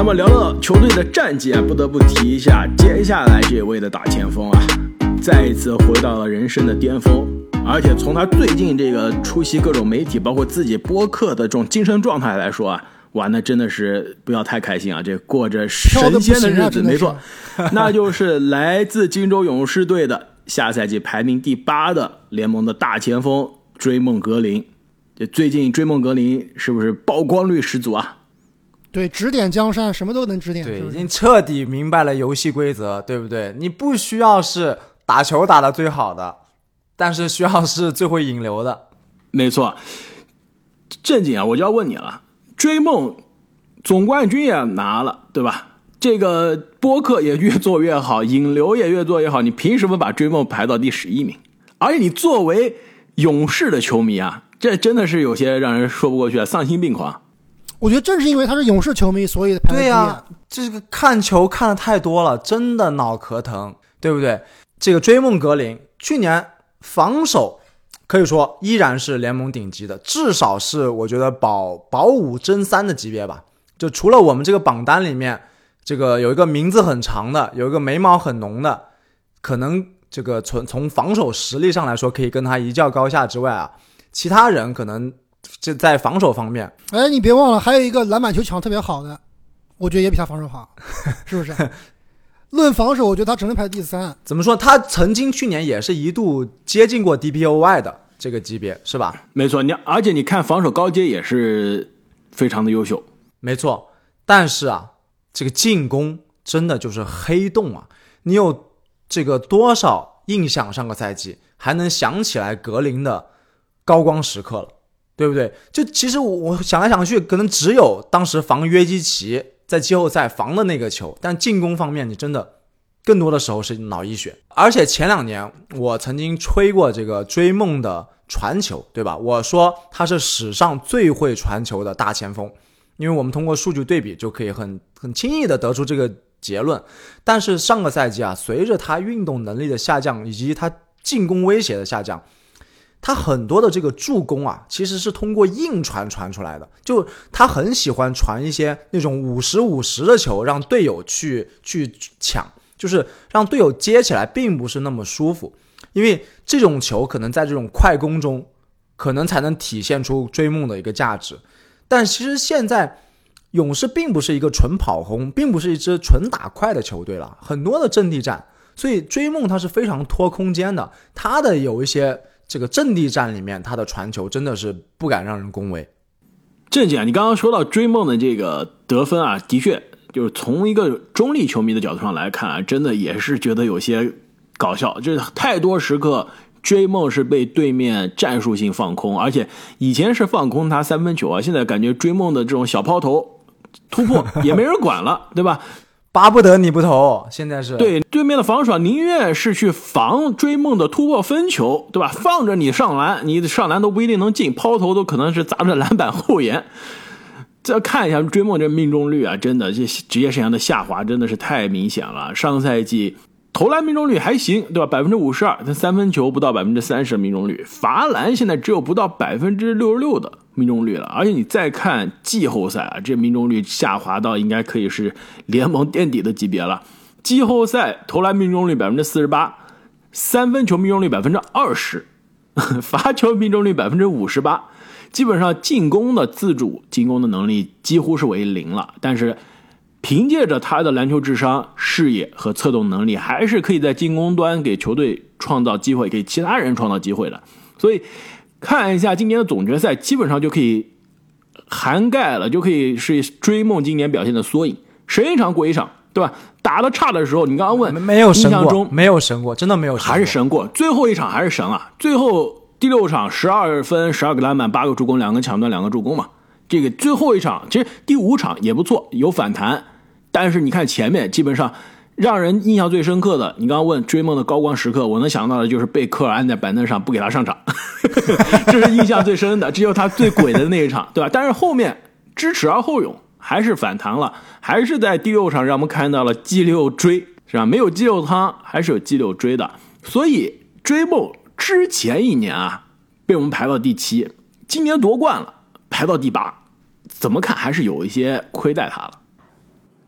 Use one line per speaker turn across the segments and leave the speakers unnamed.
那么聊到球队的战绩啊，不得不提一下接下来这位的大前锋啊，再一次回到了人生的巅峰。而且从他最近这个出席各种媒体包括自己播客的这种精神状态来说啊，哇，那真的是不要太开心啊，这过着神仙的日子。没错，那就是来自金州勇士队的下赛季排名第8的联盟的大前锋追梦格林。这最近追梦格林是不是曝光率十足啊？
对，指点江山，什么都能指点。
对，已经彻底明白了游戏规则，对不对？你不需要是打球打得最好的，但是需要是最会引流的。
没错。正经啊，我就要问你了，追梦总冠军也拿了，对吧？这个播客也越做越好，引流也越做越好，你凭什么把追梦排到第11名？而且你作为勇士的球迷啊，这真的是有些让人说不过去啊，丧心病狂。
我觉得正是因为他是勇士球迷，所以排第一。
对啊，这个看球看的太多了，真的脑壳疼，对不对？这个追梦格林去年防守可以说依然是联盟顶级的，至少是我觉得保5争3的级别吧。就除了我们这个榜单里面，这个有一个名字很长的，有一个眉毛很浓的，可能这个从防守实力上来说可以跟他一较高下之外啊，其他人可能这在防守方面，
哎，你别忘了还有一个篮板球抢特别好的，我觉得也比他防守好，是不是？论防守，我觉得他只能排第3。
怎么说？他曾经去年也是一度接近过 DPOY 的这个级别，是吧？
没错，而且你看防守高阶也是非常的优秀。
没错，但是啊，这个进攻真的就是黑洞啊！你有这个多少印象？上个赛季还能想起来格林的高光时刻了，对不对？就其实我想来想去，可能只有当时防约基奇在季后赛防的那个球，但进攻方面你真的更多的时候是脑溢血。而且前2年我曾经吹过这个追梦的传球，对吧？我说他是史上最会传球的大前锋，因为我们通过数据对比就可以很轻易的得出这个结论。但是上个赛季啊，随着他运动能力的下降以及他进攻威胁的下降，他很多的这个助攻啊，其实是通过硬传出来的。就他很喜欢传一些那种50-50的球，让队友去抢，就是让队友接起来并不是那么舒服。因为这种球可能在这种快攻中，可能才能体现出追梦的一个价值。但其实现在勇士并不是一个纯跑轰，并不是一支纯打快的球队了，很多的阵地战，所以追梦他是非常拖空间的，他的有一些这个阵地战里面，他的传球真的是不敢让人恭维。
正经啊，你刚刚说到追梦的这个得分啊，的确就是从一个中立球迷的角度上来看啊，真的也是觉得有些搞笑，就是太多时刻追梦是被对面战术性放空，而且以前是放空他3分球啊，现在感觉追梦的这种小抛投突破也没人管了，对吧？
巴不得你不投，现在是
对对面的防守宁愿是去防追梦的突破分球，对吧？放着你上篮，你上篮都不一定能进，抛投都可能是砸着篮板后沿。再看一下追梦这命中率啊，真的这职业生涯的下滑真的是太明显了。上个赛季投篮命中率还行，对吧？52%，但3分球不到30%的命中率，罚篮现在只有不到66%的命中率了。而且你再看季后赛啊，这命中率下滑到应该可以是联盟垫底的级别了。季后赛投篮命中率48%，三分球命中率20%，罚球命中率58%，基本上进攻的自主进攻的能力几乎是为0了。但是凭借着他的篮球智商、视野和策动能力，还是可以在进攻端给球队创造机会，给其他人创造机会的。所以看一下今年的总决赛，基本上就可以涵盖了，就可以是追梦今年表现的缩影，神一场鬼一场，对吧？打得差的时候，你刚刚问
没有神过，
印象中
没有神过，真的没有神过，
还是神过。最后一场还是神啊！最后第6场12分、12个篮板、8个助攻、2个抢断、2个助攻嘛。这个最后一场，其实第5场也不错，有反弹。但是你看前面基本上让人印象最深刻的，你刚刚问追梦的高光时刻，我能想到的就是被科尔按在板凳上不给他上场，这是印象最深的，这就是他最鬼的那一场，对吧？但是后面知耻而后勇，还是反弹了，还是在第6场让我们看到了G六追，是吧？没有G六汤，还是有G六追的。所以追梦之前一年啊，被我们排到第7，今年夺冠了，排到第8，怎么看还是有一些亏待他了。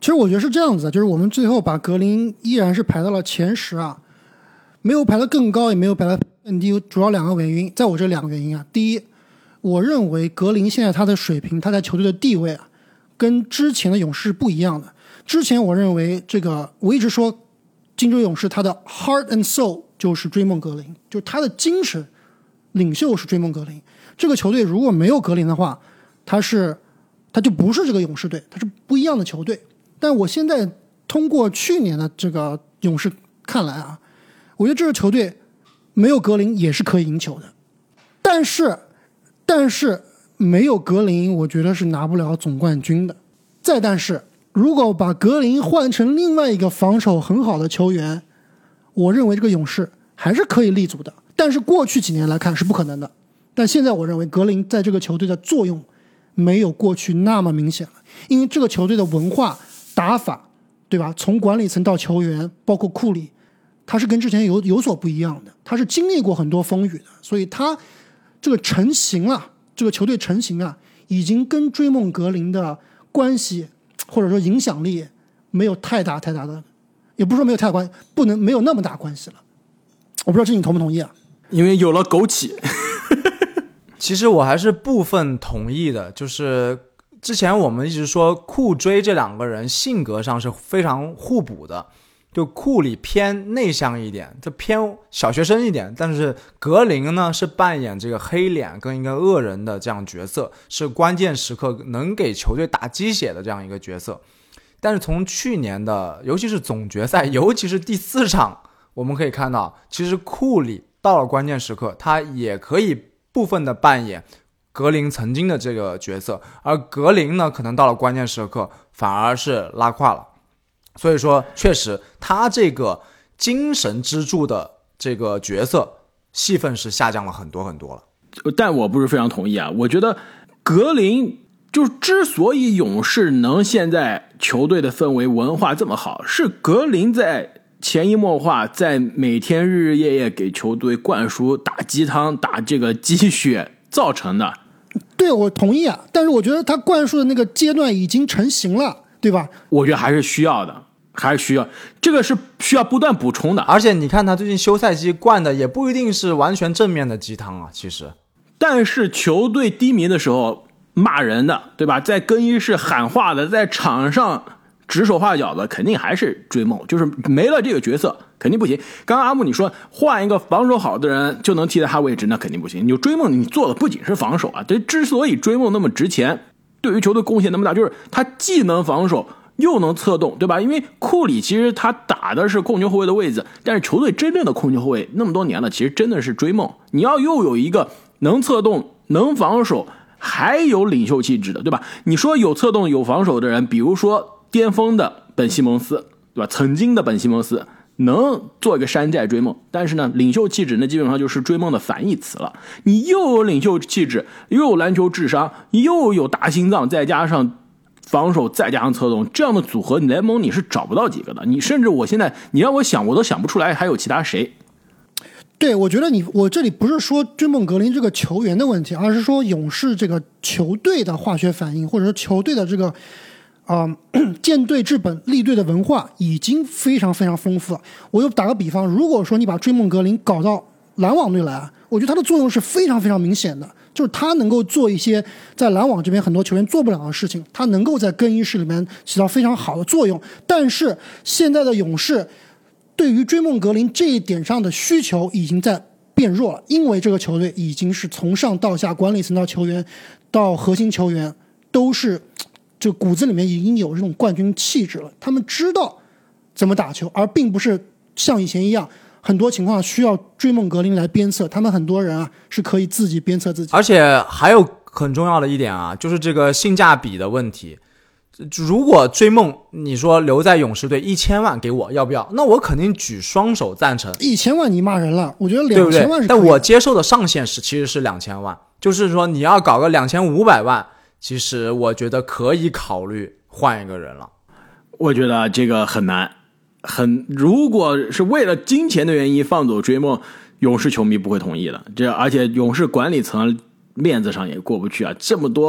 其实我觉得是这样子，就是我们最后把格林依然是排到了前10啊，没有排得更高，也没有排得更低，主要2个原因，在我这2个原因啊，第一，我认为格林现在他的水平，他在球队的地位啊，跟之前的勇士不一样的。之前我认为我一直说金州勇士他的 heart and soul 就是追梦格林，就是他的精神领袖是追梦格林。这个球队如果没有格林的话，他就不是这个勇士队，他是不一样的球队。但我现在通过去年的这个勇士看来啊，我觉得这个球队没有格林也是可以赢球的。但是没有格林，我觉得是拿不了总冠军的。再但是，如果把格林换成另外一个防守很好的球员，我认为这个勇士还是可以立足的。但是过去几年来看是不可能的。但现在我认为格林在这个球队的作用没有过去那么明显了，因为这个球队的文化打法，对吧？从管理层到球员，包括库里，他是跟之前有所不一样的，他是经历过很多风雨的，所以他这个成型啊，这个球队成型啊，已经跟追梦格林的关系或者说影响力没有太大的，也不是说没有太大关系，没有那么大关系了。我不知道这你同不同意啊？
因为有了枸杞。
其实我还是部分同意的，就是之前我们一直说库追这2个人性格上是非常互补的，就库里偏内向一点，就偏小学生一点，但是格林呢是扮演这个黑脸跟一个恶人的这样角色，是关键时刻能给球队打鸡血的这样一个角色。但是从去年的尤其是总决赛，尤其是第4场，我们可以看到其实库里到了关键时刻他也可以部分的扮演格林曾经的这个角色，而格林呢可能到了关键时刻反而是拉胯了。所以说确实他这个精神支柱的这个角色戏份是下降了很多很多了。
但我不是非常同意啊，我觉得格林就之所以勇士能现在球队的氛围文化这么好，是格林在潜移默化，在每天日日夜夜给球队灌输打鸡汤打这个鸡血造成的。
对，我同意啊，但是我觉得他灌输的那个阶段已经成型了，对吧？
我觉得还是需要的，这个是需要不断补充的。
而且你看他最近休赛期灌的也不一定是完全正面的鸡汤啊，其实。
但是球队低迷的时候骂人的，对吧？在更衣室喊话的，在场上指手画脚的，肯定还是追梦，就是没了这个角色肯定不行。刚刚阿木你说换一个防守好的人就能替代他位置，那肯定不行。你追梦你做的不仅是防守啊，这之所以追梦那么值钱，对于球队贡献那么大，就是他既能防守又能策动，对吧？因为库里其实他打的是控球后卫的位置，但是球队真正的控球后卫那么多年了，其实真的是追梦。你要又有一个能策动能防守还有领袖气质的，对吧？你说有策动有防守的人，比如说巅峰的本西蒙斯，对吧？曾经的本西蒙斯能做一个山寨追梦，但是呢，领袖气质那基本上就是追梦的反义词了。你又有领袖气质，又有篮球智商，又有大心脏，再加上防守，再加上策动，这样的组合，你联盟你是找不到几个的。你甚至我现在你让我想，我都想不出来还有其他谁。
对，我觉得我这里不是说追梦格林这个球员的问题，而是说勇士这个球队的化学反应，或者说球队的这个建队治本立队的文化已经非常非常丰富了。我就打个比方，如果说你把追梦格林搞到篮网队来，我觉得他的作用是非常非常明显的，就是他能够做一些在篮网这边很多球员做不了的事情，他能够在更衣室里面起到非常好的作用。但是现在的勇士对于追梦格林这一点上的需求已经在变弱了，因为这个球队已经是从上到下，管理层到球员到核心球员都是这骨子里面已经有这种冠军气质了，他们知道怎么打球，而并不是像以前一样很多情况需要追梦格林来鞭策，他们很多人啊是可以自己鞭策自己。
而且还有很重要的一点啊，就是这个性价比的问题。如果追梦你说留在勇士队1000万给我，要不要？那我肯定举双手赞成。
1000万你骂人了，我觉得2000万是可以的。
对不对？但我接受的上限其实是2000万，就是说你要搞个2500万，其实我觉得可以考虑换一个人了。
我觉得这个很难，如果是为了金钱的原因放走追梦，勇士球迷不会同意的。而且勇士管理层面子上也过不去啊，这么多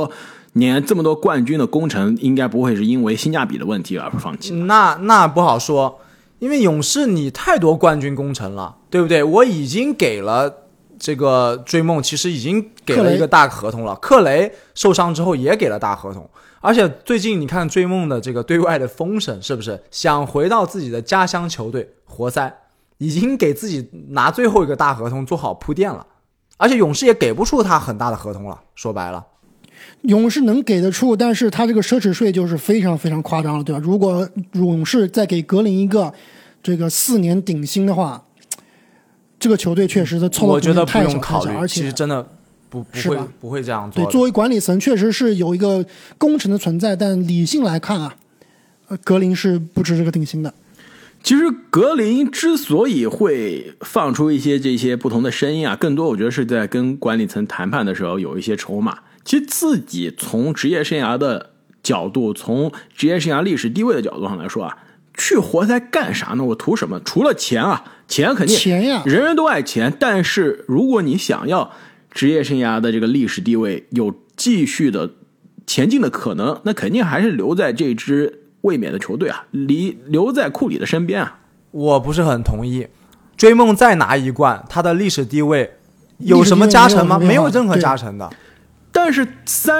年这么多冠军的功臣，应该不会是因为性价比的问题而放弃。
那不好说，因为勇士你太多冠军功臣了，对不对？我已经给了这个追梦，其实已经给了一个大合同了。克雷受伤之后也给了大合同，而且最近你看追梦的这个对外的风声，是不是想回到自己的家乡球队活塞，已经给自己拿最后一个大合同做好铺垫了。而且勇士也给不出他很大的合同了，说白了。
勇士能给得出，但是他这个奢侈税就是非常非常夸张了，对吧？如果勇士再给格林一个这个4年顶薪的话，这个球队确实的凑
我觉得不
太小
用考虑，
而且
其实真的不会这样做的。
对，作为管理层确实是有一个功臣的存在，但理性来看啊，格林是不值这个顶薪的。
其实格林之所以会放出一些这些不同的声音啊，更多我觉得是在跟管理层谈判的时候有一些筹码。其实自己从职业生涯的角度，从职业生涯历史地位的角度上来说啊，去活塞干啥呢？我图什么？除了钱啊，钱肯定
钱呀，
人人都爱钱。但是如果你想要职业生涯的这个历史地位有继续的前进的可能，那肯定还是留在这支卫冕的球队啊，留在库里的身边啊。
我不是很同意，追梦再拿一冠，他的历史地位有什么加成吗？没有任何加成的。
但是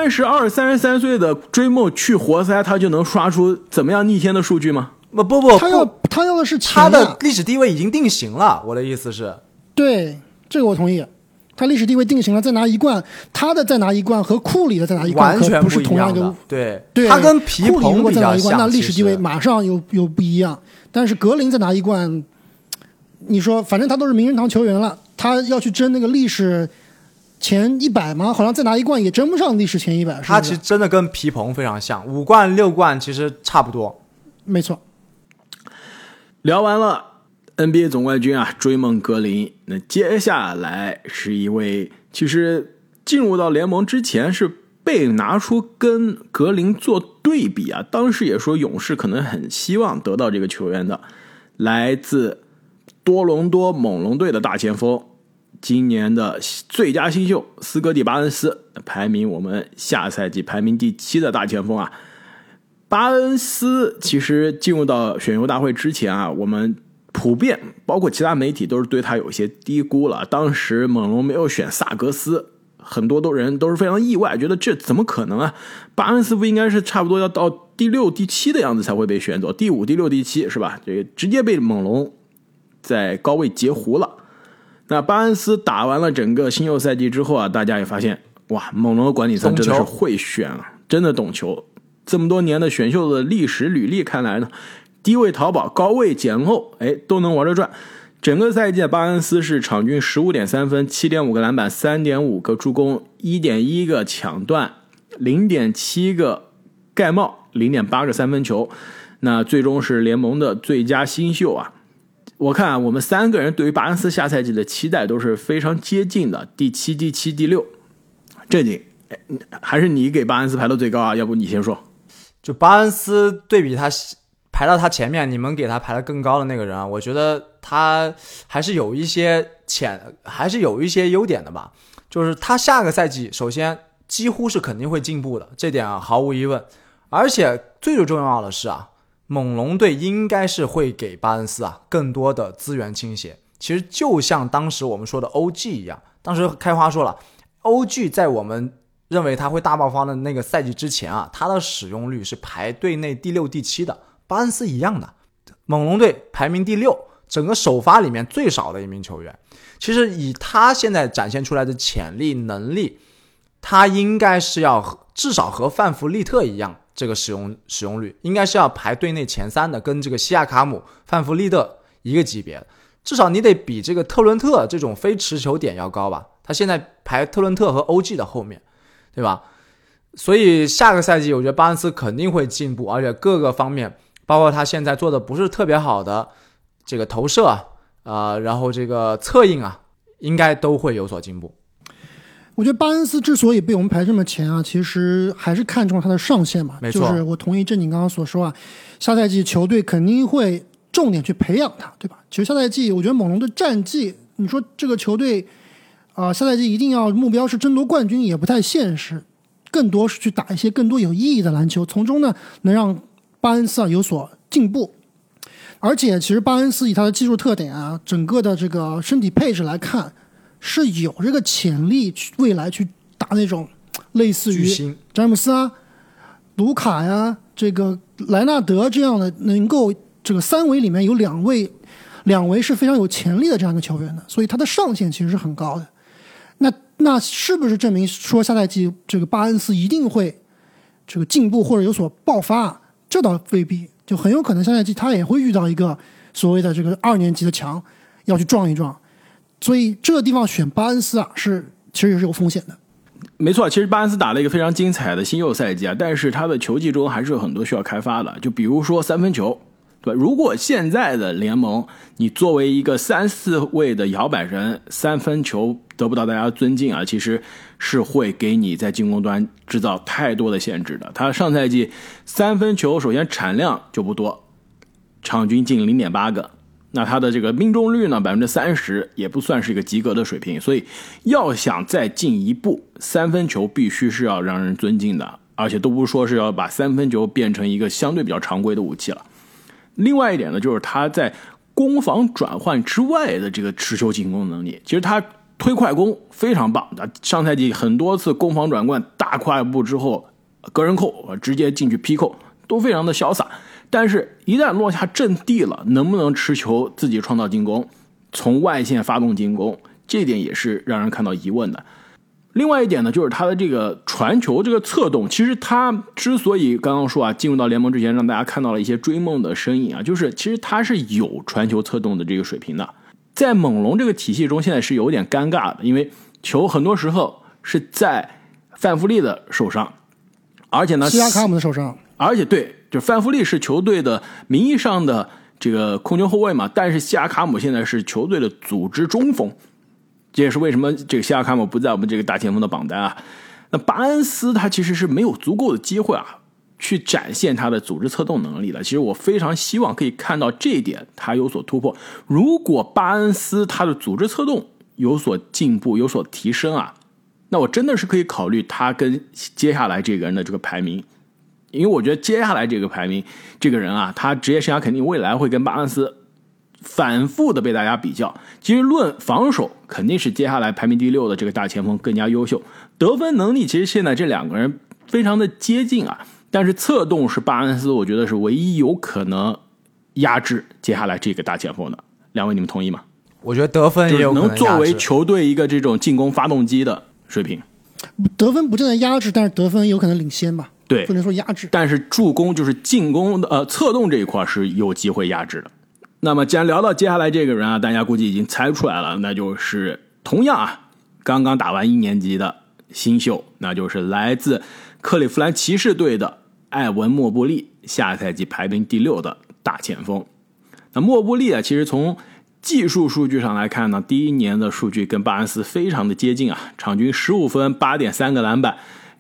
32、33岁的追梦去活塞，他就能刷出怎么样逆天的数据吗？
不，
他要的是钱，
他的历史地位已经定型了。我的意思是，
对这个我同意。他历史地位定型了，再拿一冠，他的再拿一冠和库里的再拿一冠
完全
不是同样一个。
对，
他
跟皮蓬比较像，
那历史地位马上有不一样。但是格林再拿一冠，你说反正他都是名人堂球员了，他要去争那个历史前100吗？好像再拿一冠也争不上历史前100。
他其实真的跟皮蓬非常像，5冠6冠其实差不多。
没错。
聊完了 NBA 总冠军啊，追梦格林。那接下来是一位其实进入到联盟之前是被拿出跟格林做对比啊，当时也说勇士可能很希望得到这个球员的，来自多伦多猛龙队的大前锋，今年的最佳新秀斯科蒂·巴恩斯，排名我们下赛季排名第7的大前锋啊。巴恩斯其实进入到选秀大会之前啊，我们普遍包括其他媒体都是对他有一些低估了。当时猛龙没有选萨格斯，很多人都是非常意外，觉得这怎么可能啊？巴恩斯不应该是差不多要到第6、第7的样子才会被选走，第5、第6、第7是吧？这个直接被猛龙在高位截胡了。那巴恩斯打完了整个新秀赛季之后啊，大家也发现哇，猛龙的管理层真的是会选啊，真的懂球。这么多年的选秀的历史履历看来呢，低位淘宝高位捡漏，都能玩得转。整个赛季巴恩斯是场均 15.3 分 7.5 个篮板 3.5 个助攻 1.1 个抢断 0.7 个盖帽 0.8 个三分球，那最终是联盟的最佳新秀啊。我看我们3个人对于巴恩斯下赛季的期待都是非常接近的，第7、第7、第6。正经，还是你给巴恩斯排到最高啊？要不你先说。
就巴恩斯对比他排到他前面，你们给他排得更高的那个人啊，我觉得他还是有一些优点的吧。就是他下个赛季首先几乎是肯定会进步的，这点啊毫无疑问。而且最重要的是啊，猛龙队应该是会给巴恩斯啊更多的资源倾斜。其实就像当时我们说的 OG 一样，当时开花说了 OG 在我们认为他会大爆发的那个赛季之前啊，他的使用率是排队内第6、第7的，巴恩斯一样的。猛龙队排名第6，整个首发里面最少的一名球员。其实以他现在展现出来的潜力能力，他应该是要至少和范弗利特一样，这个使用率应该是要排队内前3的，跟这个西亚卡姆、范弗利特一个级别。至少你得比这个特伦特这种非持球点要高吧，他现在排特伦特和 OG 的后面，对吧？所以下个赛季我觉得巴恩斯肯定会进步，而且各个方面包括他现在做的不是特别好的这个投射然后这个策应啊，应该都会有所进步。
我觉得巴恩斯之所以被我们排这么前啊，其实还是看中他的上限嘛。
没错，
就是我同意正经刚刚所说啊，下赛季球队肯定会重点去培养他，对吧？其实下赛季我觉得猛龙的战绩，你说这个球队下赛季一定要目标是争夺冠军也不太现实， 更多是去打一些更多有意义的篮球，从中呢能让巴恩斯有所进步。而且其实巴恩斯以他的技术特点啊，整个的这个身体配置来看，是有这个潜力去未来去打那种类似于詹姆斯啊、卢卡呀、这个莱纳德这样的，能够这个三维里面有两维是非常有潜力的这样一个球员的，所以他的上限其实是很高的。那是不是证明说下赛季这个巴恩斯一定会这个进步或者有所爆发？这倒未必，就很有可能下赛季他也会遇到一个所谓的这个2年级的强要去撞一撞，所以这个地方选巴恩斯啊其实也是有风险的。
没错，其实巴恩斯打了一个非常精彩的新秀赛季啊，但是他的球技中还是有很多需要开发的，就比如说三分球，对吧？如果现在的联盟你作为一个3-4位的摇摆人，三分球得不到大家尊敬啊，其实是会给你在进攻端制造太多的限制的。他上赛季三分球首先产量就不多，场均进 0.8 个，那他的这个命中率呢 30%， 也不算是一个及格的水平，所以要想再进一步，三分球必须是要让人尊敬的，而且都不是说是要把三分球变成一个相对比较常规的武器了。另外一点呢，就是他在攻防转换之外的这个持球进攻能力，其实他推快攻非常棒，上赛季很多次攻防转换大快步之后个人扣直接进去劈扣都非常的潇洒，但是一旦落下阵地了，能不能持球自己创造进攻，从外线发动进攻，这点也是让人看到疑问的。另外一点呢，就是他的这个传球这个策动，其实他之所以刚刚说啊，进入到联盟之前让大家看到了一些追梦的身影啊，就是其实他是有传球策动的这个水平的。在猛龙这个体系中现在是有点尴尬的，因为球很多时候是在范弗利的手上，而且呢
西亚卡姆的手上，
而且对，就范弗利是球队的名义上的这个控球后卫嘛，但是西亚卡姆现在是球队的组织中锋，这也是为什么这个西亚卡姆不在我们这个大前锋的榜单啊。那巴恩斯他其实是没有足够的机会啊，去展现他的组织策动能力的。其实我非常希望可以看到这一点他有所突破。如果巴恩斯他的组织策动有所进步有所提升啊，那我真的是可以考虑他跟接下来这个人的这个排名。因为我觉得接下来这个排名这个人啊，他职业生涯肯定未来会跟巴恩斯反复的被大家比较。其实论防守肯定是接下来排名第6的这个大前锋更加优秀，得分能力其实现在这两个人非常的接近啊，但是策动是巴恩斯我觉得是唯一有可能压制接下来这个大前锋的。两位你们同意吗？
我觉得得分也有可能压制，
能作为球队一个这种进攻发动机的水平。
得分不见得压制，但是得分有可能领先吧，
对，
不能说压制。
但是助攻就是进攻的策动这一块是有机会压制的。那么既然聊到接下来这个人啊，大家估计已经猜出来了，那就是同样啊刚刚打完1年级的新秀，那就是来自克利夫兰骑士队的艾文莫布利，下赛季排名第6的大前锋。那莫布利啊，其实从技术数据上来看呢，第一年的数据跟巴恩斯非常的接近啊，场均15分 8.3 个篮板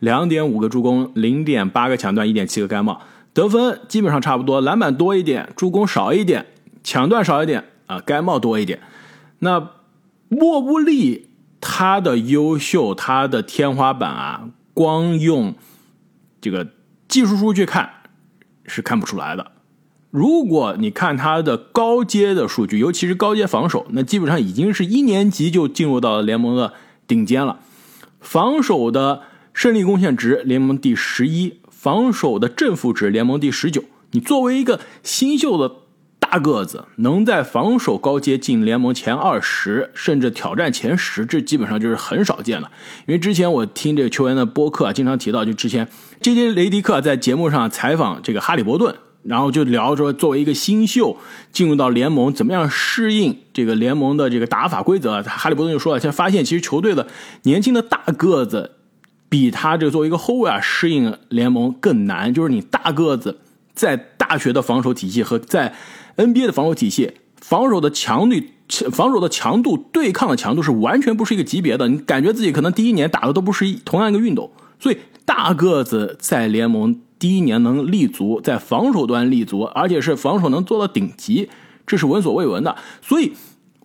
2.5 个助攻 0.8 个抢断 1.7 个盖帽，得分基本上差不多，篮板多一点，助攻少一点，抢断少一点啊，盖帽多一点。那莫布利他的优秀，他的天花板啊，光用这个技术数据看是看不出来的。如果你看他的高阶的数据，尤其是高阶防守，那基本上已经是1年级就进入到了联盟的顶尖了。防守的胜利贡献值联盟第11，防守的正负值联盟第19。你作为一个新秀的大个子，能在防守高阶进联盟前20，甚至挑战前10，这基本上就是很少见了。因为之前我听这个球员的播客经常提到，就之前JJ雷迪克在节目上采访这个哈利伯顿，然后就聊说作为一个新秀进入到联盟怎么样适应这个联盟的这个打法规则。哈利伯顿就说了，现在发现其实球队的年轻的大个子比他这个作为一个后卫啊适应联盟更难，就是你大个子在大学的防守体系和在 NBA 的防守体系，防守的强度对抗的强度是完全不是一个级别的，你感觉自己可能第一年打的都不是同样一个运动。所以大个子在联盟第一年能立足，在防守端立足，而且是防守能做到顶级，这是闻所未闻的。所以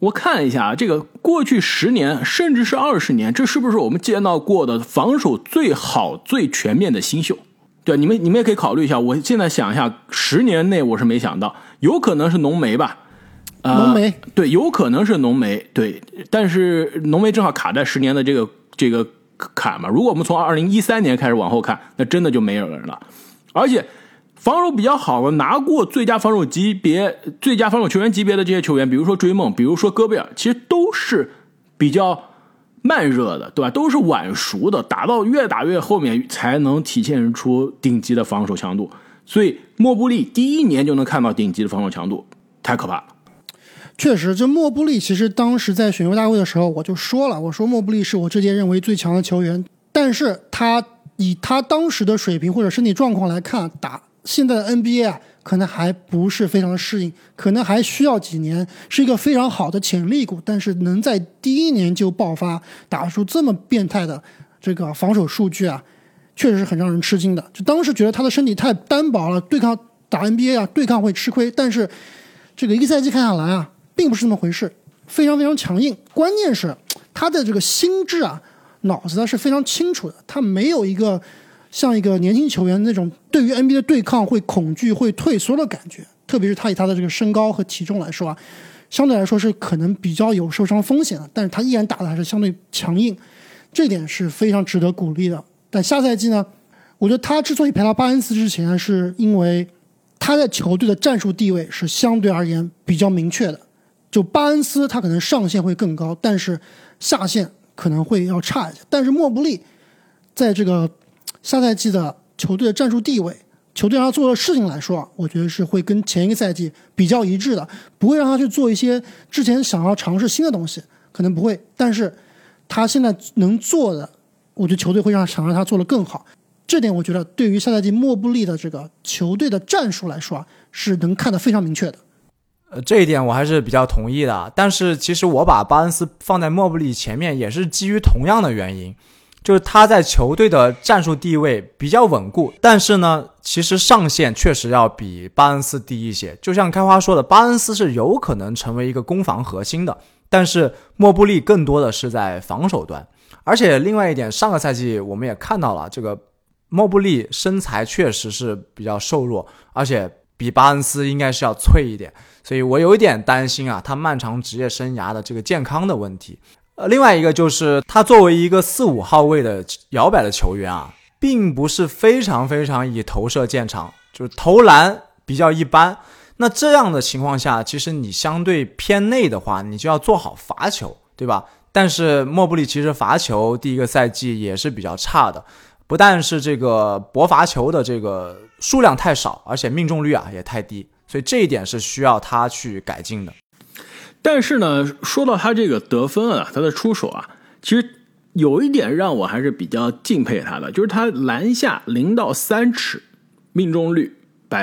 我看了一下这个过去10年甚至是20年，这是不是我们见到过的防守最好最全面的新秀？对，你们也可以考虑一下。我现在想一下，10年内我是没想到，有可能是浓眉吧。
浓眉
对，有可能是浓眉，对，但是浓眉正好卡在10年的这个坎嘛。如果我们从2013年开始往后看，那真的就没有人了。而且防守比较好的，拿过最佳防守级别、最佳防守球员级别的这些球员，比如说追梦，比如说戈贝尔，其实都是比较慢热的，对吧？都是晚熟的，越打越后面才能体现出顶级的防守强度。所以莫布利第1年就能看到顶级的防守强度，太可怕了。
确实，这莫布利其实当时在选秀大会的时候我就说了，我说莫布利是我这届认为最强的球员，但是以他当时的水平或者身体状况来看，打现在的 NBA 啊，可能还不是非常适应，可能还需要几年，是一个非常好的潜力股，但是能在第1年就爆发，打出这么变态的这个防守数据啊，确实是很让人吃惊的。就当时觉得他的身体太单薄了，对抗打 NBA 啊，对抗会吃亏，但是这个一个赛季看下来啊，并不是这么回事，非常非常强硬。关键是他的这个心智啊，脑子他是非常清楚的，他没有一个像一个年轻球员那种对于 NBA 的对抗会恐惧会退缩的感觉。特别是他以他的这个身高和体重来说啊，相对来说是可能比较有受伤风险的，但是他依然打的还是相对强硬，这点是非常值得鼓励的。但下赛季呢，我觉得他之所以排到巴恩斯之前，是因为他在球队的战术地位是相对而言比较明确的。就巴恩斯他可能上限会更高，但是下限可能会要差一些。但是莫布利在这个下赛季的球队的战术地位，球队让他做的事情来说，我觉得是会跟前一个赛季比较一致的，不会让他去做一些之前想要尝试新的东西，可能不会。但是他现在能做的，我觉得球队会想让他做得更好。这点我觉得对于下赛季莫布利的这个球队的战术来说是能看得非常明确的。
这一点我还是比较同意的，但是其实我把巴恩斯放在莫布利前面也是基于同样的原因，就是他在球队的战术地位比较稳固，但是呢，其实上限确实要比巴恩斯低一些。就像开花说的，巴恩斯是有可能成为一个攻防核心的，但是莫布利更多的是在防守端。而且另外一点，上个赛季我们也看到了，这个莫布利身材确实是比较瘦弱，而且比巴恩斯应该是要脆一点，所以我有一点担心啊，他漫长职业生涯的这个健康的问题。另外一个就是他作为一个4-5号位的摇摆的球员啊，并不是非常非常以投射见长，就是投篮比较一般。那这样的情况下，其实你相对偏内的话，你就要做好罚球，对吧？但是莫布利其实罚球第一个赛季也是比较差的，不但是这个博罚球的这个数量太少，而且命中率啊也太低，所以这一点是需要他去改进的。
但是呢，说到他这个得分啊，他的出手啊，其实有一点让我还是比较敬佩他的，就是他篮下0到3尺命中率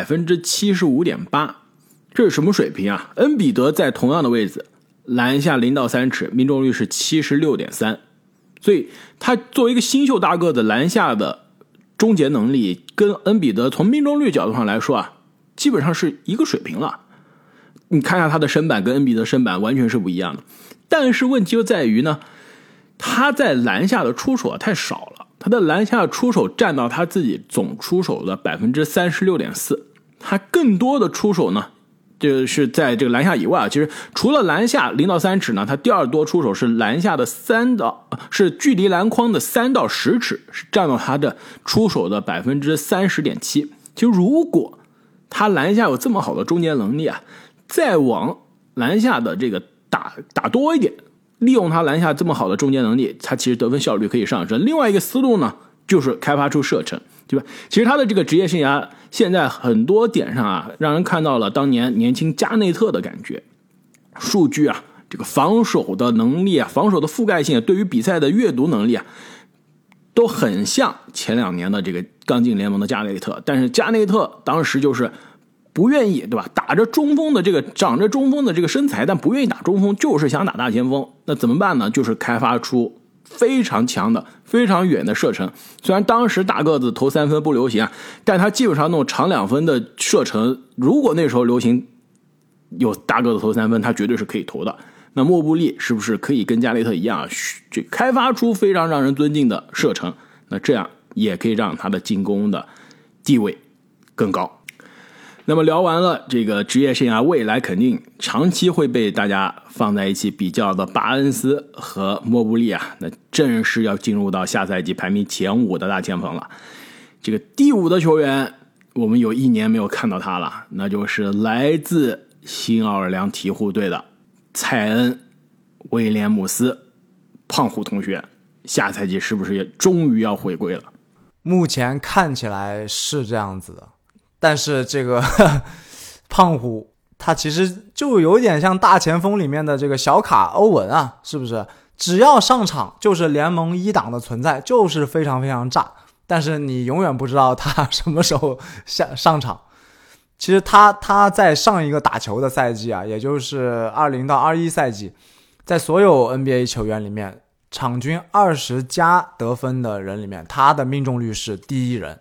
75.8%， 这是什么水平啊？恩比德在同样的位置，篮下0到3尺命中率是 76.3%， 所以他作为一个新秀大个子，篮下的终结能力跟恩比德从命中率角度上来说啊，基本上是一个水平了。你看一下他的身板跟恩比德身板完全是不一样的，但是问题就在于呢，他在篮下的出手太少了，他的篮下出手占到他自己总出手的 36.4%， 他更多的出手呢就是在这个篮下以外啊，其实除了篮下0到3尺呢，他第二多出手是篮下的是距离篮筐的3到10尺，是占到他的出手的 30.7%。 其实如果他篮下有这么好的终结能力啊，再往篮下的这个打多一点，利用他篮下这么好的终结能力，他其实得分效率可以上升。另外一个思路呢，就是开发出射程，对吧？其实他的这个职业生涯现在很多点上啊，让人看到了当年年轻加内特的感觉。数据啊，这个防守的能力啊，防守的覆盖性，对于比赛的阅读能力啊，都很像前2年的这个刚进联盟的加内特。但是加内特当时就是不愿意，对吧？打着中锋的这个长着中锋的这个身材，但不愿意打中锋，就是想打大前锋。那怎么办呢？就是开发出非常强的非常远的射程。虽然当时大个子投3分不流行啊，但他基本上那种长2分的射程，如果那时候流行有大个子投3分，他绝对是可以投的。 那莫布利是不是可以跟加内特一样去开发出非常让人尊敬的射程？那这样也可以让他的进攻的地位更高。那么聊完了这个职业生涯，未来肯定长期会被大家放在一起比较的巴恩斯和莫布利啊，那正式要进入到下赛季排名前5的大前锋了。这个第5的球员，我们有1年没有看到他了，那就是来自新奥尔良鹈鹕队的蔡恩·威廉姆斯，胖虎同学，下赛季是不是也终于要回归了？
目前看起来是这样子的，但是这个胖虎他其实就有点像大前锋里面的这个小卡欧文啊，是不是？只要上场就是联盟1档的存在，就是非常非常炸，但是你永远不知道他什么时候上场。其实他在上一个打球的赛季啊，也就是20到21赛季，在所有 NBA 球员里面，场均20加得分的人里面，他的命中率是第1人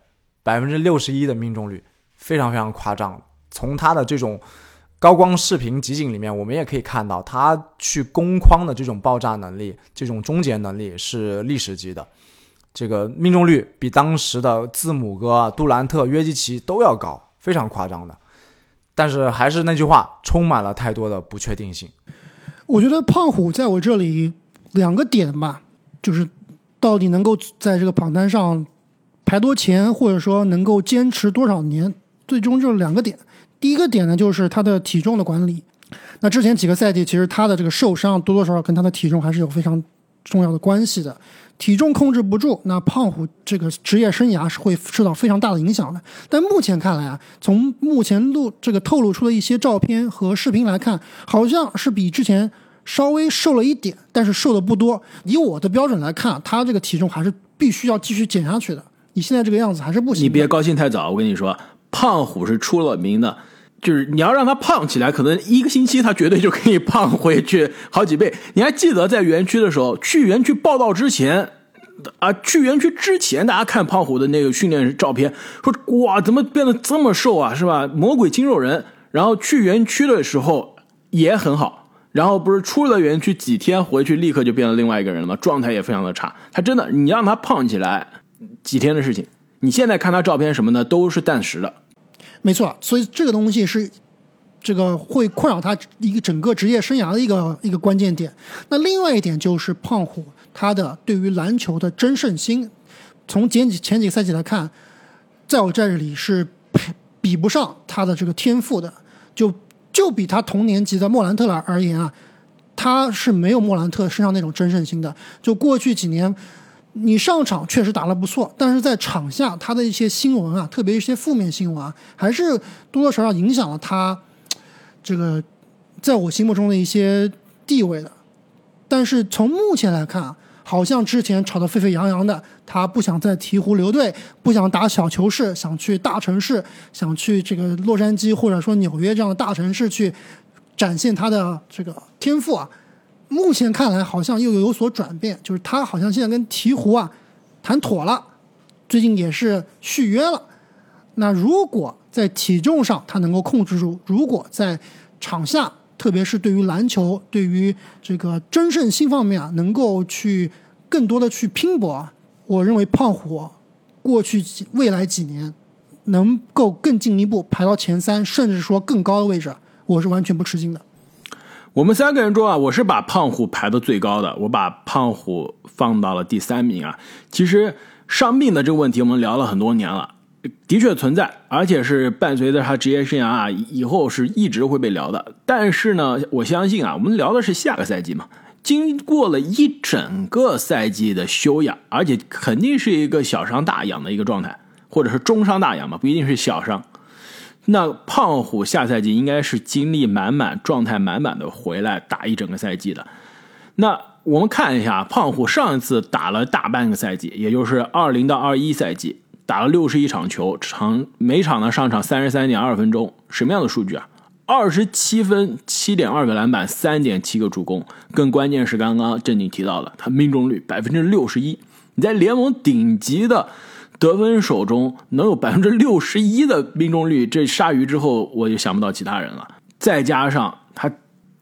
，61%的命中率，非常非常夸张。从他的这种高光视频集锦里面，我们也可以看到他去攻框的这种爆炸能力，这种终结能力是历史级的。这个命中率比当时的字母哥、杜兰特、约基奇都要高，非常夸张的。但是还是那句话，充满了太多的不确定性。
我觉得胖虎在我这里2个点吧，就是到底能够在这个榜单上排多前，或者说能够坚持多少年，最终就是2个点。第一个点呢，就是他的体重的管理。那之前几个赛季，其实他的这个受伤多多少少跟他的体重还是有非常重要的关系的。体重控制不住，那胖虎这个职业生涯是会受到非常大的影响的。但目前看来啊，从目前透露出的一些照片和视频来看，好像是比之前稍微瘦了一点，但是瘦的不多。以我的标准来看，他这个体重还是必须要继续减下去的。你现在这个样子还是不行的。
你别高兴太早，我跟你说，胖虎是出了名的，就是你要让他胖起来，可能1个星期他绝对就可以胖回去好几倍。你还记得在园区的时候，去园区报道之前啊，去园区之前大家看胖虎的那个训练照片，说哇怎么变得这么瘦啊，是吧？魔鬼肌肉人。然后去园区的时候也很好，然后不是出了园区几天回去立刻就变了另外一个人了吗？状态也非常的差。他真的，你让他胖起来几天的事情，你现在看他照片什么的都是暂时的。
没错，所以这个东西是这个会困扰他一个整个职业生涯的一个关键点。那另外一点就是胖虎他的对于篮球的争胜心，从前几个赛季来看，在我这里是比不上他的这个天赋的。就比他同年级的莫兰特而言啊，他是没有莫兰特身上那种争胜心的。就过去几年，你上场确实打得不错，但是在场下他的一些新闻啊，特别一些负面新闻啊，还是多多少少影响了他这个在我心目中的一些地位的。但是从目前来看，好像之前吵得沸沸扬扬的，他不想在鹈鹕留队，不想打小球市，想去大城市，想去这个洛杉矶或者说纽约这样的大城市去展现他的这个天赋啊。目前看来好像又有所转变，就是他好像现在跟鹈鹕啊谈妥了，最近也是续约了。那如果在体重上他能够控制住，如果在场下特别是对于篮球，对于这个争胜心方面啊，能够去更多的去拼搏啊，我认为胖虎未来几年能够更进一步排到前3，甚至说更高的位置，我是完全不吃惊的。
我们3个人中啊，我是把胖虎排到最高的，我把胖虎放到了第3名啊。其实伤病的这个问题我们聊了很多年了，的确存在，而且是伴随着他职业生涯啊，以后是一直会被聊的。但是呢，我相信啊，我们聊的是下个赛季嘛，经过了一整个赛季的休养，而且肯定是一个小伤大养的一个状态，或者是中伤大养嘛，不一定是小伤。那胖虎下赛季应该是精力满满、状态满满的回来打一整个赛季的。那我们看一下，胖虎上一次打了大半个赛季，也就是20到21赛季，打了61场球，每场呢上场33.2分钟，什么样的数据啊？27分、7.2个篮板、3.7个助攻，更关键是刚刚正经提到的，他命中率61%。你在联盟顶级的得分手中能有61%的命中率，这鲨鱼之后我就想不到其他人了。再加上他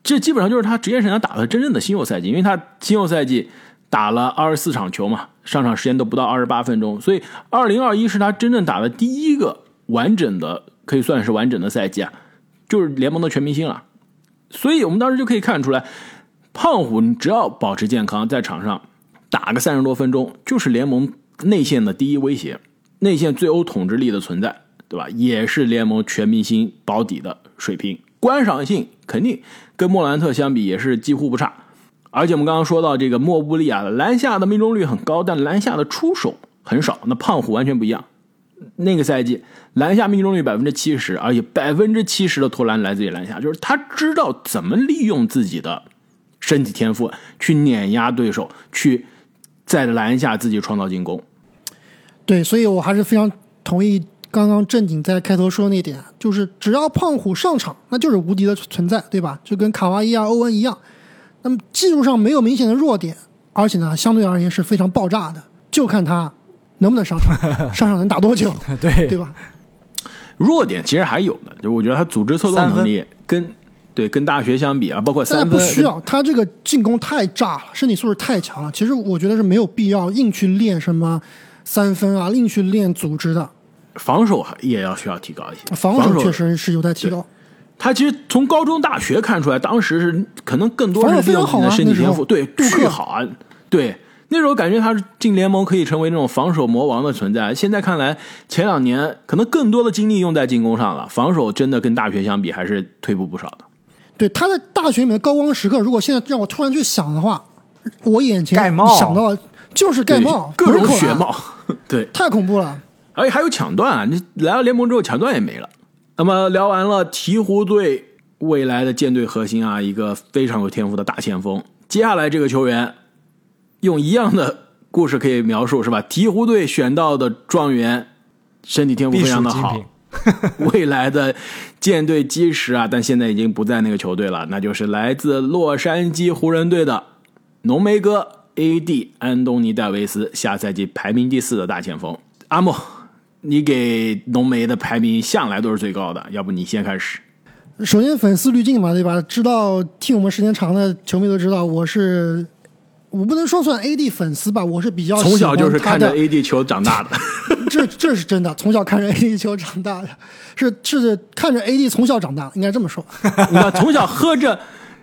这基本上就是他职业生涯打的真正的新秀赛季，因为他新秀赛季打了24场球嘛，上场时间都不到28分钟，所以2021是他真正打的第一个完整的，可以算是完整的赛季啊，就是联盟的全明星了。所以我们当时就可以看出来，胖虎你只要保持健康，在场上打个30多分钟，就是联盟内线的第一威胁，内线最欧统治力的存在，对吧？也是联盟全明星保底的水平，观赏性肯定跟莫兰特相比也是几乎不差。而且我们刚刚说到这个莫布利亚的篮下的命中率很高，但篮下的出手很少，那胖虎完全不一样。那个赛季篮下命中率 70%， 而且 70% 的投篮来自于篮下，就是他知道怎么利用自己的身体天赋去碾压对手，去在篮下自己创造进攻。
对，所以我还是非常同意刚刚正经在开头说的那点，就是只要胖虎上场，那就是无敌的存在，对吧？就跟卡哇伊啊、欧文一样。那么技术上没有明显的弱点，而且呢，相对而言是非常爆炸的，就看他能不能上场，上场能打多久，对吧？
弱点其实还有的，就我觉得他组织策动能力跟大学相比啊，包括三分
不需要，他这个进攻太炸了，身体素质太强了。其实我觉得是没有必要硬去练什么三分啊，硬去练组织的。
防守也需要提高一些，
防守确实是有待提高。
他其实从高中大学看出来，当时是可能更多是利用自己的身体天赋，对，巨好啊，对，那时候感觉他进联盟可以成为那种防守魔王的存在。现在看来，前2年可能更多的精力用在进攻上了，防守真的跟大学相比还是退步不少的。
对，他在大学里面的高光时刻，如果现在让我突然去想的话，我眼前想到的就是盖帽，
各种血帽，对，
太恐怖了。
而且还有抢断啊！你来到联盟之后，抢断也没了。那么聊完了鹈鹕队未来的舰队核心啊，一个非常有天赋的大前锋。接下来这个球员用一样的故事可以描述，是吧？鹈鹕队选到的状元，身体天赋非常的好，未来的舰队基石啊，但现在已经不在那个球队了，那就是来自洛杉矶湖人队的浓眉哥 AD 安东尼戴维斯，下赛季排名第4的大前锋。阿莫，你给浓眉的排名向来都是最高的，要不你先开始。
首先粉丝滤镜嘛，对吧？知道听我们时间长的球迷都知道，我不能说算 AD 粉丝吧，我是比较喜欢
从小就是看着 AD 球长大的。
这是真的，从小看着 AD 球长大的，是看着 AD 从小长大，应该这么说。
你看，从小喝着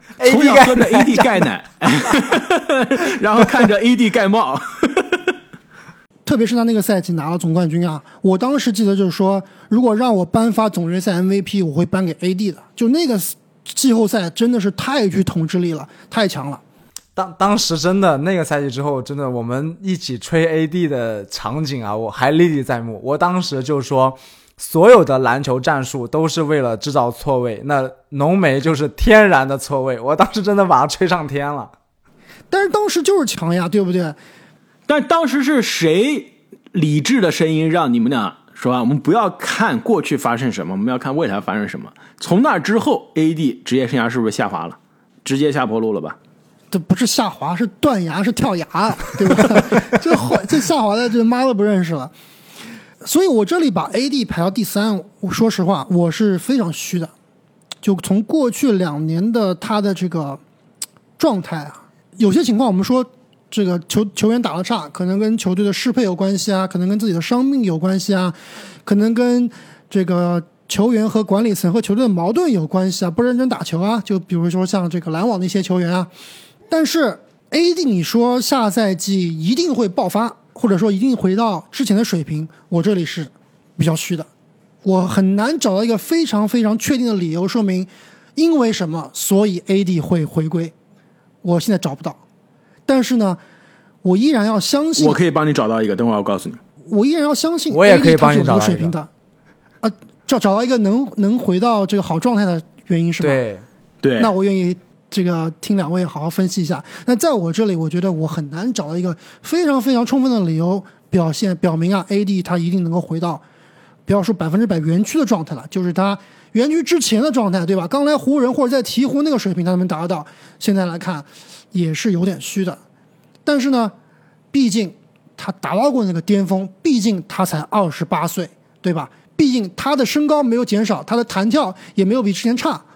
AD 钙奶，然后看着 AD 盖帽。
特别是他那个赛季拿了总冠军啊，我当时记得就是说，如果让我颁发总决赛 MVP， 我会颁给 AD 的。就那个季后赛真的是太具统治力了，太强了。
当时真的那个赛季之后，真的我们一起吹 AD 的场景啊，我还历历在目。我当时就说，所有的篮球战术都是为了制造错位，那浓眉就是天然的错位。我当时真的把他吹上天了。
但是当时就是强呀，对不对？
但当时是谁理智的声音让你们俩说吧，我们不要看过去发生什么，我们要看未来发生什么。从那之后 AD 职业生涯是不是下滑了，直接下坡路了吧？
这不是下滑，是断崖，是跳崖，对吧？这下滑的这妈都不认识了。所以我这里把 AD 排到第3，我说实话我是非常虚的。就从过去2年的他的这个状态啊，有些情况我们说这个球员打得差，可能跟球队的适配有关系啊，可能跟自己的伤病有关系啊，可能跟这个球员和管理层和球队的矛盾有关系啊，不认真打球啊，就比如说像这个篮网的一些球员啊。但是 AD 你说下赛季一定会爆发，或者说一定回到之前的水平，我这里是比较虚的。我很难找到一个非常非常确定的理由说明因为什么所以 AD 会回归，我现在找不到。但是呢，我依然要相信。
我可以帮你找到一个，等会儿我告诉你。
我依然要相信 AD
我也可以帮你找到
水平的。找到一个能回到这个好状态的原因是吧？
对。
那我愿意这个听2位好好分析一下。那在我这里，我觉得我很难找到一个非常非常充分的理由表明啊 ，AD 他一定能够回到，不要说100%原区的状态了，就是他原区之前的状态，对吧？刚来湖人或者在鹈鹕那个水平，他能达得到。现在来看也是有点虚的。但是呢，毕竟他达到过那个巅峰，毕竟他才28岁，对吧？毕竟他的身高没有减少，他的弹跳也没有比之前差，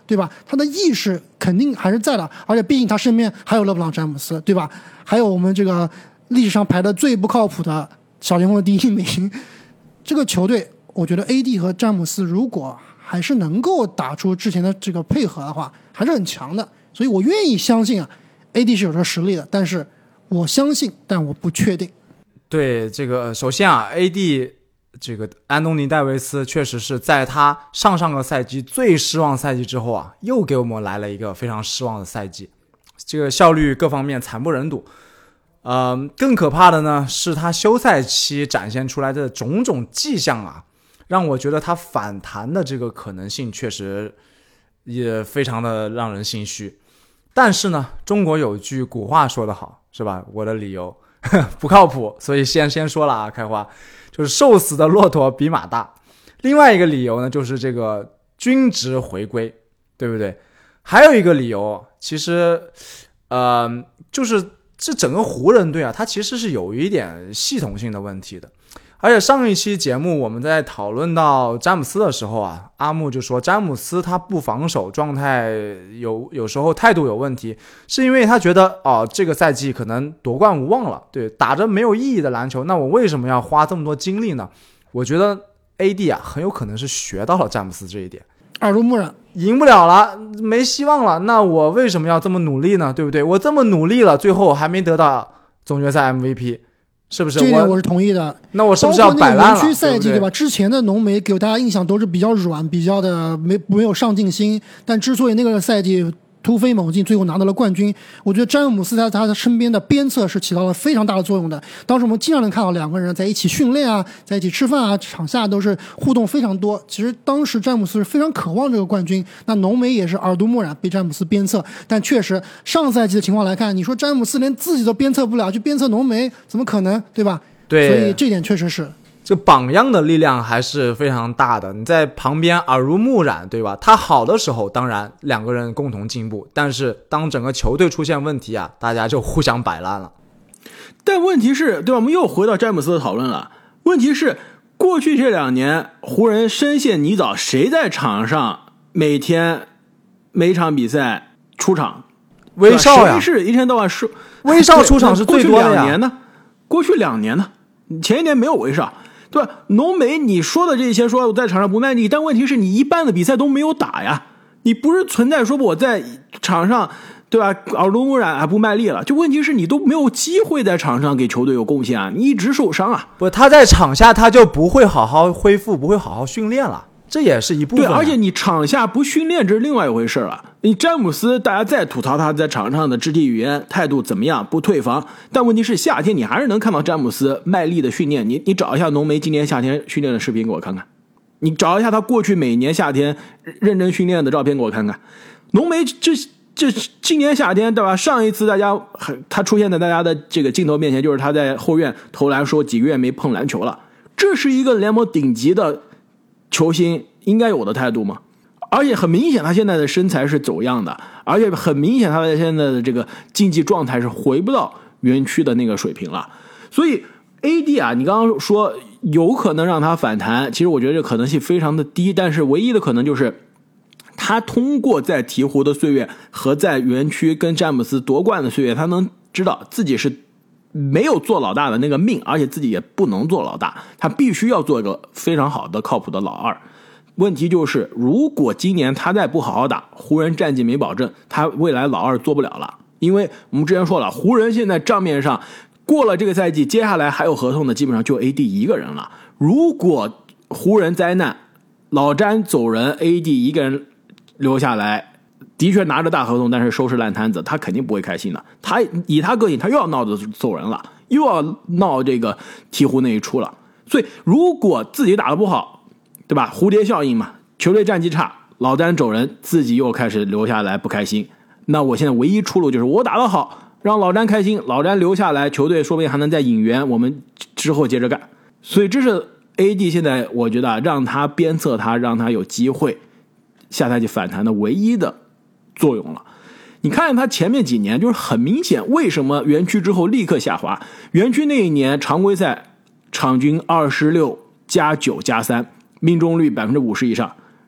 对吧？他的意识肯定还是在的，而且毕竟他身边还有勒布朗詹姆斯，对吧？还有我们这个历史上排的最不靠谱的小前锋的第一名。这个球队，我觉得 AD 和詹姆斯如果还是能够打出之前的这个配合的话，还是很强的。所以我愿意相信啊 ，AD 是有这个实力的，但是我相信，但我不确定。
对，这个首先啊 ，AD 这个安东尼戴维斯确实是在他上个赛季最失望赛季之后啊，又给我们来了一个非常失望的赛季，这个效率各方面惨不忍睹。更可怕的呢是他休赛期展现出来的种种迹象啊，让我觉得他反弹的这个可能性确实也非常的让人心虚。但是呢，中国有句古话说得好，是吧？我的理由不靠谱，所以先说了啊，开花就是瘦死的骆驼比马大。另外一个理由呢，就是这个均值回归，对不对？还有一个理由，其实就是这整个湖人队啊，它其实是有一点系统性的问题的。而且上一期节目我们在讨论到詹姆斯的时候啊，阿木就说詹姆斯他不防守，状态有时候态度有问题，是因为他觉得这个赛季可能夺冠无望了，对，打着没有意义的篮球，那我为什么要花这么多精力呢？我觉得 AD 啊很有可能是学到了詹姆斯这一点，
耳濡目染，
赢不了了，没希望了，那我为什么要这么努力呢？对不对？我这么努力了，最后还没得到总决赛 MVP，是不是？
这一点我是同意的。
那我是不是要摆烂了？
包括那个园区赛季，对吧？之前的浓眉给大家印象都是比较软，比较的没有上进心。但之所以那个赛季突飞猛进，最后拿到了冠军，我觉得詹姆斯在他的身边的鞭策是起到了非常大的作用的。当时我们经常能看到两个人在一起训练啊，在一起吃饭啊，场下都是互动非常多。其实当时詹姆斯是非常渴望这个冠军，那浓眉也是耳濡目染，被詹姆斯鞭策。但确实上赛季的情况来看，你说詹姆斯连自己都鞭策不了，去鞭策浓眉，怎么可能，对吧？
对，
所以这点确实是。
这榜样的力量还是非常大的，你在旁边耳濡目染，对吧？他好的时候当然两个人共同进步，但是当整个球队出现问题啊，大家就互相摆烂了。
但问题是，对吧？我们又回到詹姆斯的讨论了。问题是过去这2年湖人深陷泥沼，谁在场上每场比赛出场？
威少呀，
谁是一天到晚说
威少出场是最多的呀。
过去2年呢？前一年没有威少。对吧？浓眉你说的这些，说我在场上不卖力，但问题是你一半的比赛都没有打呀，你不是存在说我在场上，对吧？耳濡目染还不卖力了，就问题是你都没有机会在场上给球队有贡献啊，你一直受伤啊。
不，他在场下他就不会好好恢复，不会好好训练了。这也是一部分。
对，而且你场下不训练，这是另外一回事了。你詹姆斯，大家再吐槽他在场上的肢体语言态度怎么样，不退防，但问题是夏天你还是能看到詹姆斯卖力的训练。你找一下浓眉今年夏天训练的视频给我看看，你找一下他过去每年夏天认真训练的照片给我看看。浓眉这今年夏天，对吧？上一次他出现在大家的这个镜头面前，就是他在后院投篮，说几个月没碰篮球了。这是一个联盟顶级的球星应该有的态度吗？而且很明显他现在的身材是走样的，而且很明显他现在的这个竞技状态是回不到园区的那个水平了。所以 AD 啊，你刚刚说有可能让他反弹，其实我觉得这可能性非常的低，但是唯一的可能就是他通过在鹈鹕的岁月和在园区跟詹姆斯夺冠的岁月，他能知道自己是没有做老大的那个命，而且自己也不能做老大，他必须要做一个非常好的靠谱的老二。问题就是如果今年他再不好好打，湖人战绩没保证，他未来老二做不了了。因为我们之前说了，湖人现在账面上过了这个赛季，接下来还有合同的基本上就 AD 一个人了。如果湖人灾难，老詹走人， AD 一个人留下来，的确拿着大合同，但是收拾烂摊子，他肯定不会开心的。他以他个性，他又要闹着走人了，又要闹这个鹈鹕那一出了。所以如果自己打得不好，对吧？蝴蝶效应嘛，球队战绩差，老詹走人，自己又开始留下来不开心。那我现在唯一出路就是我打得好，让老詹开心，老詹留下来，球队说不定还能再引援，我们之后接着干。所以这是 AD 现在我觉得让他鞭策他，让他有机会下赛季反弹的唯一的作用了。你看他前面几年就是很明显，为什么园区之后立刻下滑？园区那一年常规赛场均26+9+3，命中率50%以上，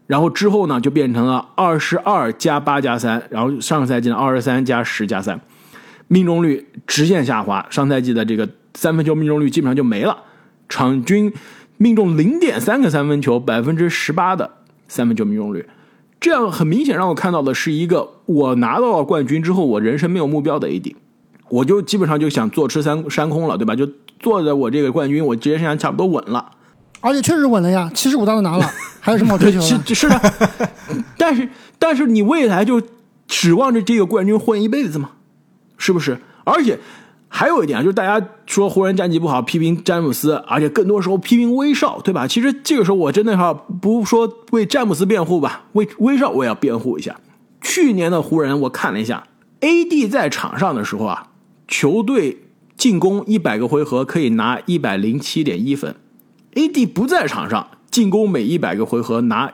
然后之后呢就变成了22加8加3，然后上个赛季呢23加10加3，命中率直线下滑，上赛季的这个三分球命中率基本上就没了，场均命中 0.3 个三分球，18%的三分球命中率。这样很明显让我看到的是一个我拿到了冠军之后我人生没有目标的 AD， 我就基本上就想坐吃山空了，对吧？就坐着我这个冠军，我职业生涯差不多稳了。
而且确实稳了呀，75大都拿了，还有什么好追求的？
是的，但是你未来就指望着这个冠军混一辈子吗？是不是？而且还有一点就是大家说湖人战绩不好，批评詹姆斯，而且更多时候批评威少，对吧？其实这个时候我真的要不说为詹姆斯辩护吧，为威少我也要辩护一下。去年的湖人我看了一下 ，AD 在场上的时候啊，球队进攻100个回合可以拿 107.1 分。AD 不在场上，进攻每100个回合拿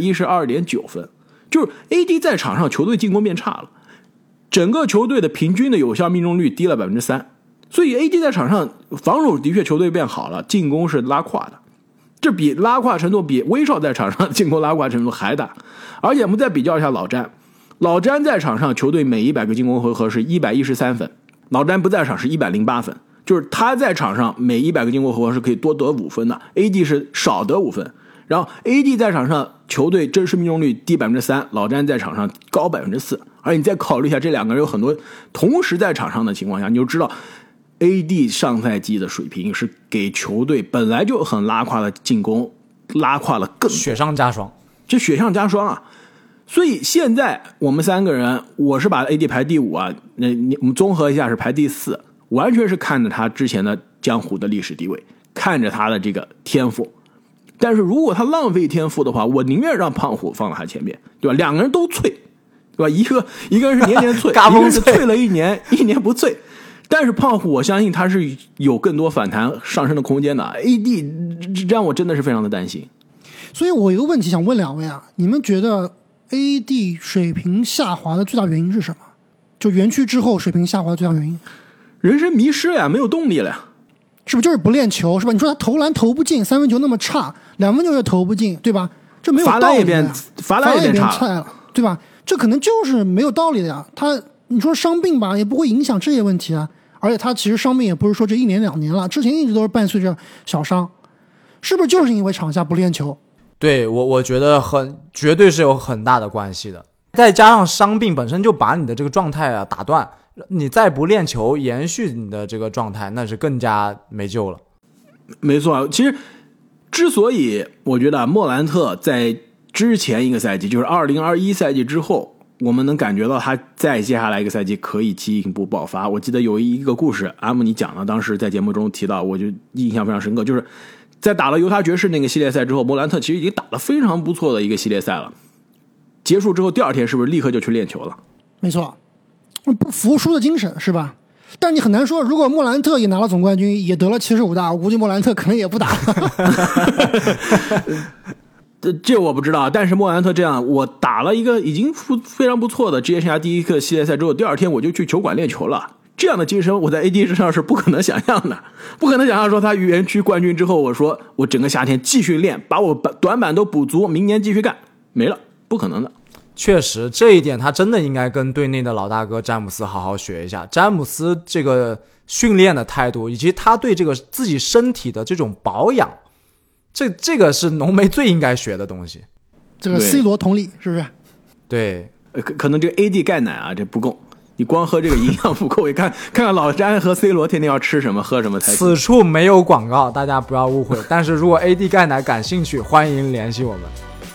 112.9 分，就是 AD 在场上，球队进攻变差了，整个球队的平均的有效命中率低了 3%， 所以 AD 在场上防守的确球队变好了，进攻是拉胯的，这比拉胯程度比威少在场上进攻拉胯程度还大。而且我们再比较一下老詹在场上，球队每100个进攻回合是113分，老詹不在场是108分，就是他在场上每100个进攻回合是可以多得5分的， AD 是少得5分。然后 AD 在场上球队真实命中率低 3%， 老詹在场上高 4%。 而你再考虑一下这两个人有很多同时在场上的情况下，你就知道 AD 上赛季的水平是给球队本来就很拉胯的进攻拉胯了更多，
雪上加霜，
这雪上加霜啊！所以现在我们3个人，我是把 AD 排第5啊，我们综合一下是排第4，完全是看着他之前的江湖的历史地位，看着他的这个天赋。但是如果他浪费天赋的话，我宁愿让胖虎放在他前面，对吧？两个人都脆，对吧？一个人是年年脆，一个人是脆了一年不脆。但是胖虎我相信他是有更多反弹上升的空间的， AD 这样我真的是非常的担心。
所以我有一个问题想问两位啊，你们觉得 AD 水平下滑的最大原因是什么？就园区之后水平下滑的最大原因？
人生迷失了呀，没有动力了呀。
是不是就是不练球，是吧？你说他投篮投不进，三分球那么差，2分球也投不进，对吧？这没有道理的。
罚篮也变差
了，对吧？这可能就是没有道理的呀。你说伤病吧，也不会影响这些问题啊。而且他其实伤病也不是说这1年2年了，之前一直都是伴随着小伤，是不是就是因为场下不练球？
对，我觉得绝对是有很大的关系的。再加上伤病本身就把你的这个状态啊打断，你再不练球延续你的这个状态，那是更加没救了。
没错，其实之所以我觉得莫兰特在之前一个赛季，就是2021赛季之后，我们能感觉到他再接下来一个赛季可以进一步爆发。我记得有一个故事，阿姆尼讲了，当时在节目中提到，我就印象非常深刻，就是在打了犹他爵士那个系列赛之后，莫兰特其实已经打了非常不错的一个系列赛了。结束之后第2天是不是立刻就去练球了？
没错，不服输的精神是吧？但你很难说，如果莫兰特也拿了总冠军，也得了75大，我估计莫兰特可能也不打了。
这我不知道，但是莫兰特这样，我打了一个已经非常不错的职业生涯第一个系列赛之后，第2天我就去球馆练球了。这样的精神我在 AD 身上是不可能想象的，不可能想象说他园区冠军之后，我说我整个夏天继续练，把我短板都补足，明年继续干，没了，不可能的。
确实，这一点他真的应该跟队内的老大哥詹姆斯好好学一下。詹姆斯这个训练的态度，以及他对这个自己身体的这种保养，这个是浓眉最应该学的东西。
这个 C 罗同理是不是？
对，
可能这个 AD 钙奶啊，这不够。你光喝这个营养不够，你看老詹和 C 罗天天要吃什么喝什么才行。
此处没有广告，大家不要误会。但是如果 AD 钙奶感兴趣，欢迎联系我们。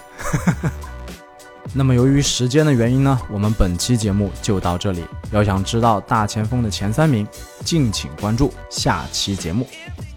那么由于时间的原因呢，我们本期节目就到这里。要想知道大前锋的前3名，敬请关注下期节目。